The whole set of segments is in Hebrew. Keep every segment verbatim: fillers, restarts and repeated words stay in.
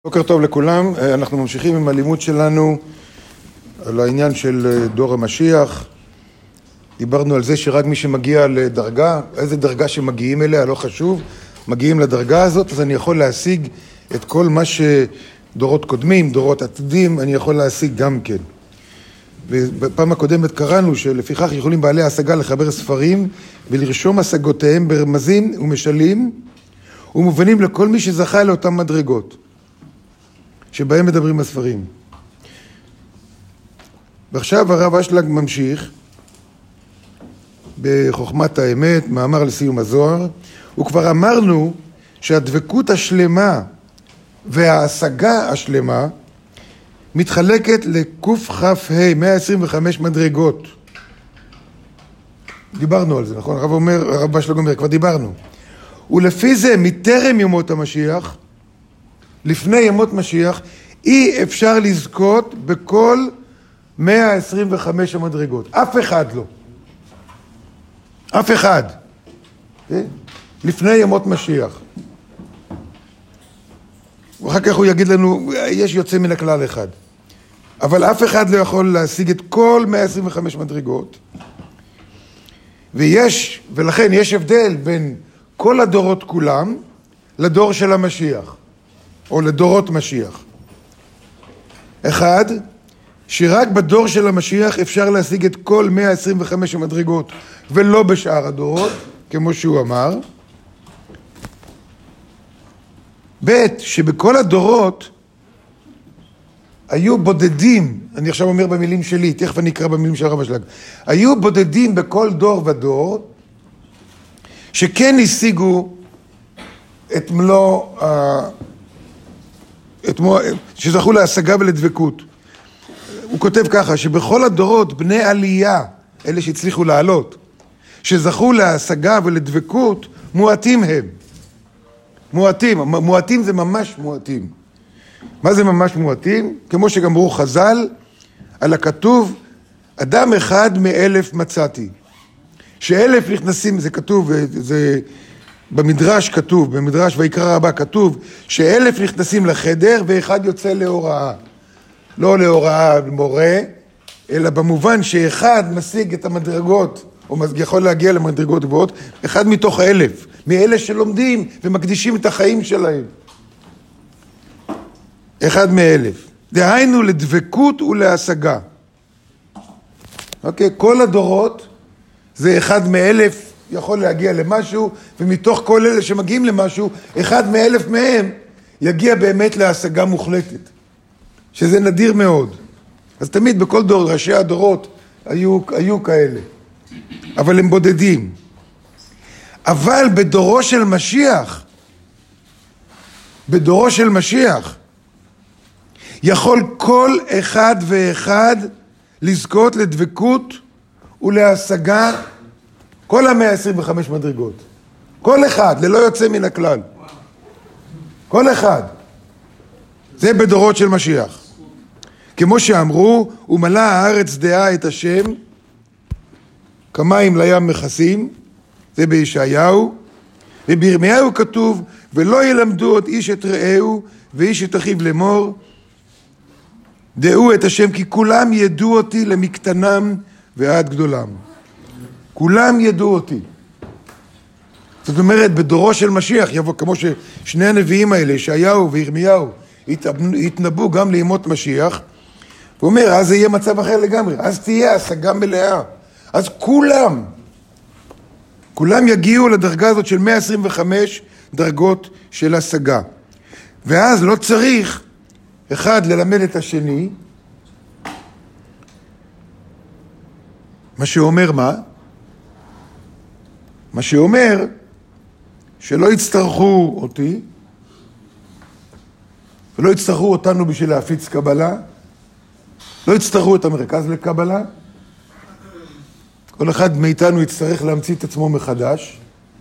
בוקר טוב לכולם, אנחנו ממשיכים עם הלימוד שלנו על העניין של דור המשיח. דיברנו על זה שרק מי שמגיע לדרגה, איזה דרגה שמגיעים אליה, לא חשוב, מגיעים לדרגה הזאת, אז אני יכול להשיג את כל מה שדורות קודמים, דורות עתידים, אני יכול להשיג גם כן. ובפעם הקודמת קראנו שלפיכך יכולים בעלי ההשגה לחבר ספרים ולרשום השגותיהם ברמזים ומשלים ומובנים לכל מי שזכה לאותם מדרגות שבהם מדברים הספרים. ועכשיו הרב אשלג ממשיך בחוכמת האמת, מאמר לסיום הזוהר, וכבר אמרנו שהדבקות השלמה וההשגה השלמה מתחלקת לקוף חף ה' מאה עשרים וחמש מדרגות. דיברנו על זה, נכון? הרב אומר, הרב אשלג אומר, כבר דיברנו. ולפי זה, מטרם ימות המשיח, לפני ימות משיח, אי אפשר לזכות בכל מאה עשרים וחמש המדרגות. אף אחד לא. אף אחד. לפני ימות משיח. ואחר כך הוא יגיד לנו, יש יוצא מן הכלל אחד. אבל אף אחד לא יכול להשיג את כל מאה עשרים וחמש מדרגות. ויש, ולכן יש הבדל בין כל הדורות כולם לדור של המשיח. או לדורות משיח. אחד, שרק בדור של המשיח אפשר להשיג את כל מאה עשרים וחמש המדרגות, ולא בשאר הדורות, כמו שהוא אמר. ב', שבכל הדורות היו בודדים, אני עכשיו אומר במילים שלי, תכף אני אקרא במילים של הרב אשלג, היו בודדים בכל דור ודור, שכן השיגו את מלוא ה... את מו... שזכו להשגה ולדבקות. הוא כותב ככה, שבכל הדורות בני עלייה, אלה שהצליחו לעלות, שזכו להשגה ולדבקות, מועטים הם. מועטים, מועטים זה ממש מועטים. מה זה ממש מועטים? כמו שגמרו חז"ל, על הכתוב, אדם אחד מאלף מצאתי. שאלף נכנסים, זה כתוב, זה... במדרש כתוב, במדרש ויקרא רבה כתוב, שאלף נכנסים לחדר ואחד יוצא להוראה. לא להוראה מורה, אלא במובן שאחד משיג את המדרגות, או יכול להגיע למדרגות גבוהות, אחד מתוך האלף, מאלה שלומדים ומקדישים את החיים שלהם. אחד מאלף. דהיינו לדבקות ולהשגה. אוקיי, כל הדורות זה אחד מאלף, יכול להגיע למשהו, ומתוך כל אלה שמגיעים למשהו, אחד מאלף מהם יגיע באמת להשגה מוחלטת, שזה נדיר מאוד. אז תמיד בכל דור, ראשי הדורות היו, היו כאלה, אבל הם בודדים. אבל בדורו של משיח, בדורו של משיח, יכול כל אחד ואחד לזכות לדבקות ולהשגה כל המאה עשרים וחמש מדרגות. כל אחד, ללא יוצא מן הכלל. כל אחד. זה בדורות של משיח. כמו שאמרו, ומלא הארץ דעה את השם, כמים לים מכסים, זה בישעיהו, ובירמיהו כתוב, ולא ילמדו עוד איש את רעהו, ואיש את אחיו לאמור, דעו את השם, כי כולם ידעו אותי למקטנם ועד גדולם. כולם ידעו אותי. זאת אומרת, בדורו של משיח יבוא, כמו ששני הנביאים האלה, ישעיהו וירמיהו, התנבאו גם לימות משיח, הוא אומר, אז זה יהיה מצב אחר לגמרי, אז תהיה השגה מלאה. אז כולם, כולם יגיעו לדרגה הזאת של מאה עשרים וחמש דרגות של השגה. ואז לא צריך אחד ללמד את השני, מה שאומר מה? מה שאומר שלא יצטרכו אותי, ולא יצטרכו אותנו בשביל להפיץ קבלה, לא יצטרכו את המרכז לקבלה, כל אחד מאיתנו יצטרך להמציא את עצמו מחדש.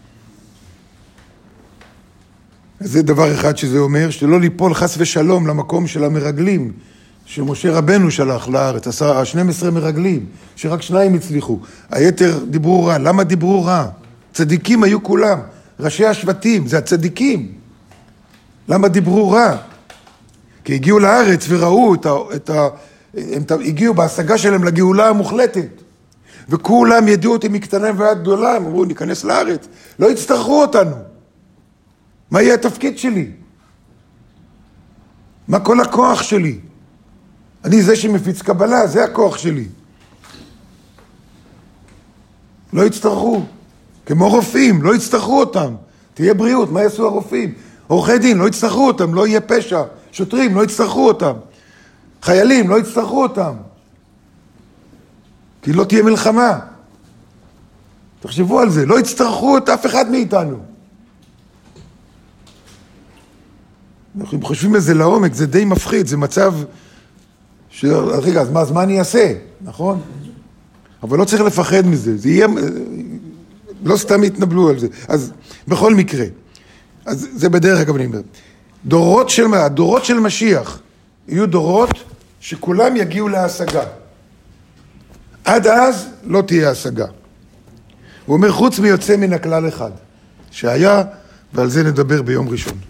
זה דבר אחד שזה אומר, שלא ליפול חס ושלום למקום של המרגלים, שמשה רבנו שלח לארץ, ה-שנים עשר מרגלים, שרק שניים הצליחו, היתר דיברו רע. למה דיברו רע? צדיקים היו כולם, ראשי השבטים, זה הצדיקים. למה דיברו רע? כי הגיעו לארץ וראו את ה... את ה הם הגיעו בהשגה שלהם לגאולה המוחלטת. וכולם ידעו אותי מקטנה ועד גדולה, הם אמרו, ניכנס לארץ. לא יצטרכו אותנו. מה יהיה התפקיד שלי? מה כל הכוח שלי? אני זה שמפיץ קבלה, זה הכוח שלי. לא יצטרכו. כמו רופאים, לא יצטרכו אותם. תהיה בריאות, מה יעשו הרופאים? עורכי דין, לא יצטרכו אותם, לא יהיה פשע. שוטרים, לא יצטרכו אותם. חיילים, לא יצטרכו אותם. כי לא תהיה מלחמה. תחשבו על זה, לא יצטרכו את אף אחד מאיתנו. אנחנו חושבים על זה לעומק, זה די מפחיד, זה מצב ש... רגע, אז מה, אז מה אני אעשה? נכון? אבל לא צריך לפחד מזה, זה יהיה... לא סתם יתנבלו על זה. אז בכל מקרה, אז זה בדרך אגב אני אומר, דורות של, הדורות של משיח יהיו דורות שכולם יגיעו להשגה. עד אז לא תהיה השגה. הוא אומר, חוץ מיוצא מן הכלל אחד, שהיה, ועל זה נדבר ביום ראשון.